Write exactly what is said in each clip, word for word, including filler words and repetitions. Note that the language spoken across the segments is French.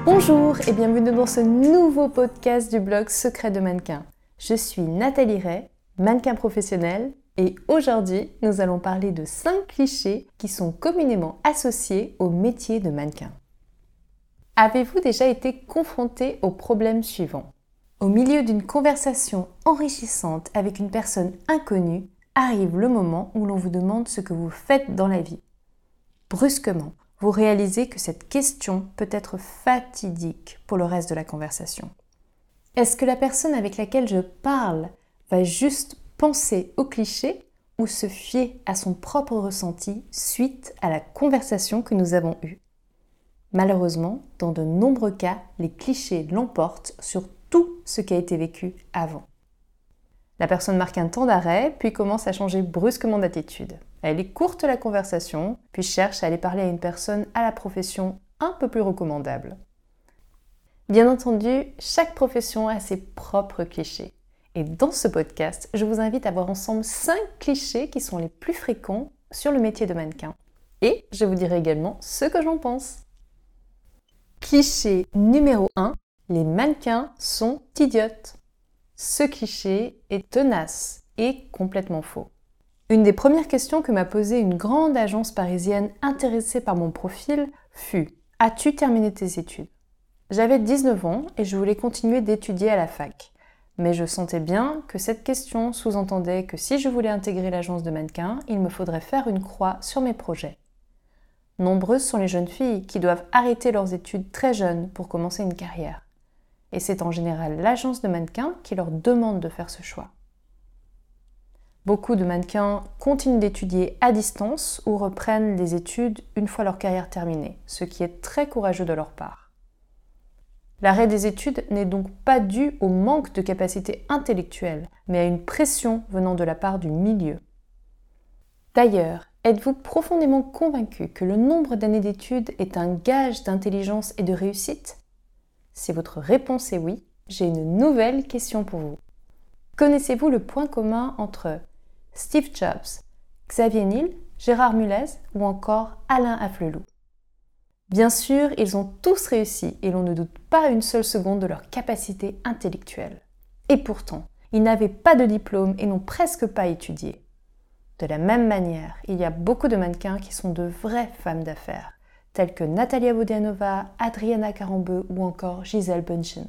Bonjour et bienvenue dans ce nouveau podcast du blog Secrets de mannequin. Je suis Nathalie Ray, mannequin professionnelle, et aujourd'hui nous allons parler de cinq clichés qui sont communément associés au métier de mannequin. Avez-vous déjà été confronté au problème suivant ? Au milieu d'une conversation enrichissante avec une personne inconnue, arrive le moment où l'on vous demande ce que vous faites dans la vie. Brusquement, vous réalisez que cette question peut être fatidique pour le reste de la conversation. Est-ce que la personne avec laquelle je parle va juste penser au cliché ou se fier à son propre ressenti suite à la conversation que nous avons eue ? Malheureusement, dans de nombreux cas, les clichés l'emportent sur tout ce qui a été vécu avant. La personne marque un temps d'arrêt, puis commence à changer brusquement d'attitude. Elle est courte la conversation, puis cherche à aller parler à une personne à la profession un peu plus recommandable. Bien entendu, chaque profession a ses propres clichés. Et dans ce podcast, je vous invite à voir ensemble cinq clichés qui sont les plus fréquents sur le métier de mannequin. Et je vous dirai également ce que j'en pense. Cliché numéro un, les mannequins sont idiotes. Ce cliché est tenace et complètement faux. Une des premières questions que m'a posée une grande agence parisienne intéressée par mon profil fut « As-tu terminé tes études ?» J'avais dix-neuf ans et je voulais continuer d'étudier à la fac. Mais je sentais bien que cette question sous-entendait que si je voulais intégrer l'agence de mannequin, il me faudrait faire une croix sur mes projets. Nombreuses sont les jeunes filles qui doivent arrêter leurs études très jeunes pour commencer une carrière. Et c'est en général l'agence de mannequin qui leur demande de faire ce choix. Beaucoup de mannequins continuent d'étudier à distance ou reprennent les études une fois leur carrière terminée, ce qui est très courageux de leur part. L'arrêt des études n'est donc pas dû au manque de capacité intellectuelle, mais à une pression venant de la part du milieu. D'ailleurs, êtes-vous profondément convaincu que le nombre d'années d'études est un gage d'intelligence et de réussite ? Si votre réponse est oui, j'ai une nouvelle question pour vous. Connaissez-vous le point commun entre Steve Jobs, Xavier Niel, Gérard Mulez ou encore Alain Afflelou ? Bien sûr, ils ont tous réussi et l'on ne doute pas une seule seconde de leur capacité intellectuelle. Et pourtant, ils n'avaient pas de diplôme et n'ont presque pas étudié. De la même manière, il y a beaucoup de mannequins qui sont de vraies femmes d'affaires, telles que Natalia Vodianova, Adriana Karambeu ou encore Gisèle Bündchen.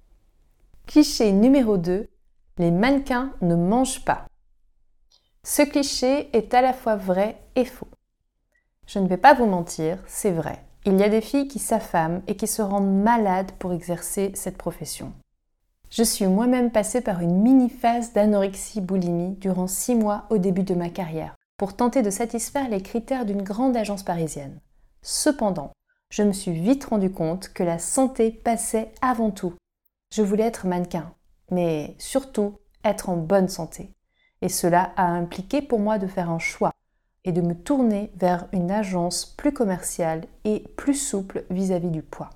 Cliché numéro deux, les mannequins ne mangent pas. Ce cliché est à la fois vrai et faux. Je ne vais pas vous mentir, c'est vrai. Il y a des filles qui s'affament et qui se rendent malades pour exercer cette profession. Je suis moi-même passée par une mini-phase d'anorexie-boulimie durant six mois au début de ma carrière, pour tenter de satisfaire les critères d'une grande agence parisienne. Cependant, je me suis vite rendu compte que la santé passait avant tout. Je voulais être mannequin, mais surtout être en bonne santé. Et cela a impliqué pour moi de faire un choix et de me tourner vers une agence plus commerciale et plus souple vis-à-vis du poids.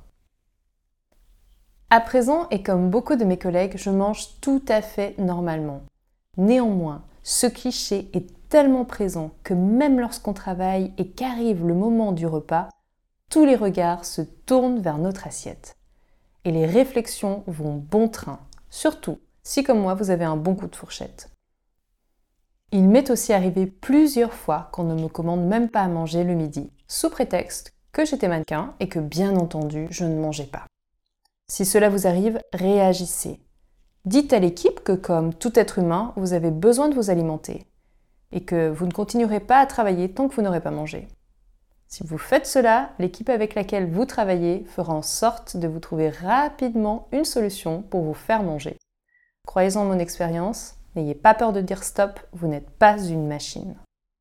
À présent, et comme beaucoup de mes collègues, je mange tout à fait normalement. Néanmoins, ce cliché est tellement présent que même lorsqu'on travaille et qu'arrive le moment du repas, tous les regards se tournent vers notre assiette. Et les réflexions vont bon train, surtout si comme moi vous avez un bon coup de fourchette. Il m'est aussi arrivé plusieurs fois qu'on ne me commande même pas à manger le midi, sous prétexte que j'étais mannequin et que bien entendu je ne mangeais pas. Si cela vous arrive, réagissez. Dites à l'équipe que comme tout être humain, vous avez besoin de vous alimenter et que vous ne continuerez pas à travailler tant que vous n'aurez pas mangé. Si vous faites cela, l'équipe avec laquelle vous travaillez fera en sorte de vous trouver rapidement une solution pour vous faire manger. Croyez-en mon expérience, n'ayez pas peur de dire stop, vous n'êtes pas une machine.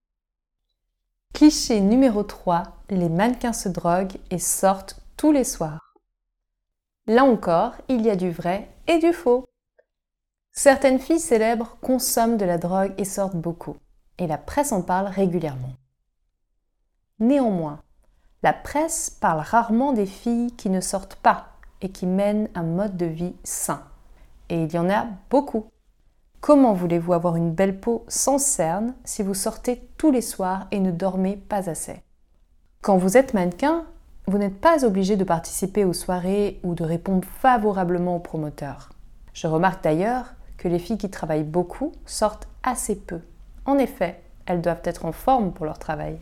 Cliché numéro trois, les mannequins se droguent et sortent tous les soirs. Là encore, il y a du vrai et du faux. Certaines filles célèbres consomment de la drogue et sortent beaucoup, et la presse en parle régulièrement. Néanmoins, la presse parle rarement des filles qui ne sortent pas et qui mènent un mode de vie sain. Et il y en a beaucoup. Comment voulez-vous avoir une belle peau sans cernes si vous sortez tous les soirs et ne dormez pas assez ? Quand vous êtes mannequin, vous n'êtes pas obligé de participer aux soirées ou de répondre favorablement aux promoteurs. Je remarque d'ailleurs que les filles qui travaillent beaucoup sortent assez peu. En effet, elles doivent être en forme pour leur travail.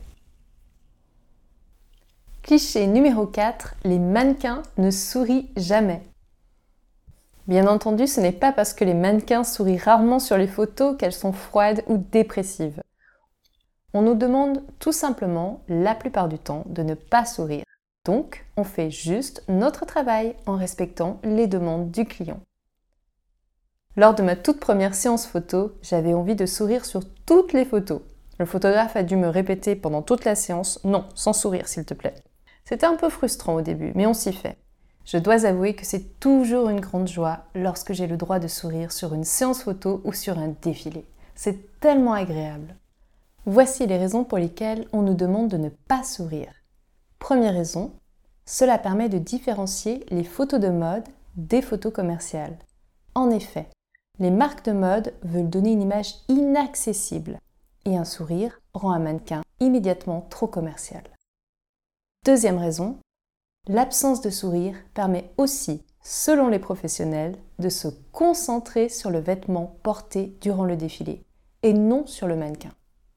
Cliché numéro quatre, les mannequins ne sourient jamais. Bien entendu, ce n'est pas parce que les mannequins sourient rarement sur les photos qu'elles sont froides ou dépressives. On nous demande tout simplement, la plupart du temps, de ne pas sourire. Donc, on fait juste notre travail en respectant les demandes du client. Lors de ma toute première séance photo, j'avais envie de sourire sur toutes les photos. Le photographe a dû me répéter pendant toute la séance « Non, sans sourire s'il te plaît ». C'était un peu frustrant au début, mais on s'y fait. Je dois avouer que c'est toujours une grande joie lorsque j'ai le droit de sourire sur une séance photo ou sur un défilé. C'est tellement agréable. Voici les raisons pour lesquelles on nous demande de ne pas sourire. Première raison, cela permet de différencier les photos de mode des photos commerciales. En effet, les marques de mode veulent donner une image inaccessible et un sourire rend un mannequin immédiatement trop commercial. Deuxième raison, l'absence de sourire permet aussi, selon les professionnels, de se concentrer sur le vêtement porté durant le défilé et non sur le mannequin.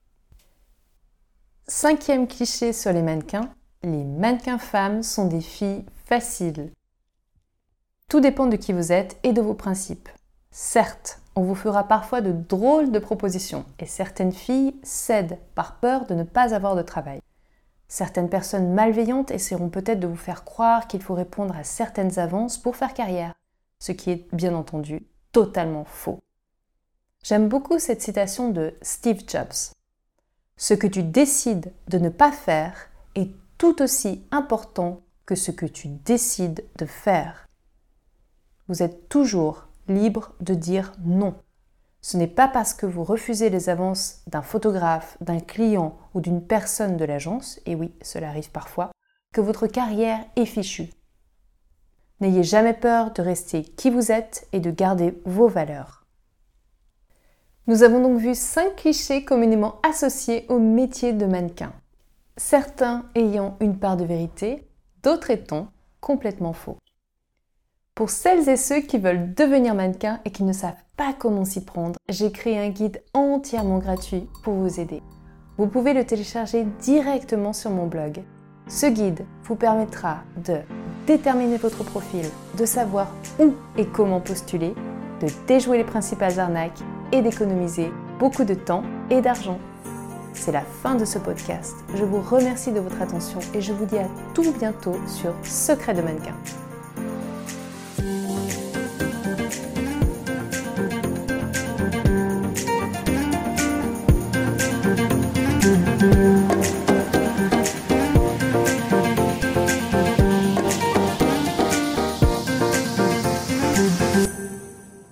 Cinquième cliché sur les mannequins, les mannequins femmes sont des filles faciles. Tout dépend de qui vous êtes et de vos principes. Certes, on vous fera parfois de drôles de propositions et certaines filles cèdent par peur de ne pas avoir de travail. Certaines personnes malveillantes essaieront peut-être de vous faire croire qu'il faut répondre à certaines avances pour faire carrière, ce qui est bien entendu totalement faux. J'aime beaucoup cette citation de Steve Jobs. « Ce que tu décides de ne pas faire est tout aussi important que ce que tu décides de faire. » Vous êtes toujours libre de dire non. Ce n'est pas parce que vous refusez les avances d'un photographe, d'un client ou d'une personne de l'agence, et oui, cela arrive parfois, que votre carrière est fichue. N'ayez jamais peur de rester qui vous êtes et de garder vos valeurs. Nous avons donc vu cinq clichés communément associés au métier de mannequin. Certains ayant une part de vérité, d'autres étant complètement faux. Pour celles et ceux qui veulent devenir mannequin et qui ne savent pas comment s'y prendre, j'ai créé un guide entièrement gratuit pour vous aider. Vous pouvez le télécharger directement sur mon blog. Ce guide vous permettra de déterminer votre profil, de savoir où et comment postuler, de déjouer les principales arnaques et d'économiser beaucoup de temps et d'argent. C'est la fin de ce podcast. Je vous remercie de votre attention et je vous dis à tout bientôt sur Secrets de mannequin.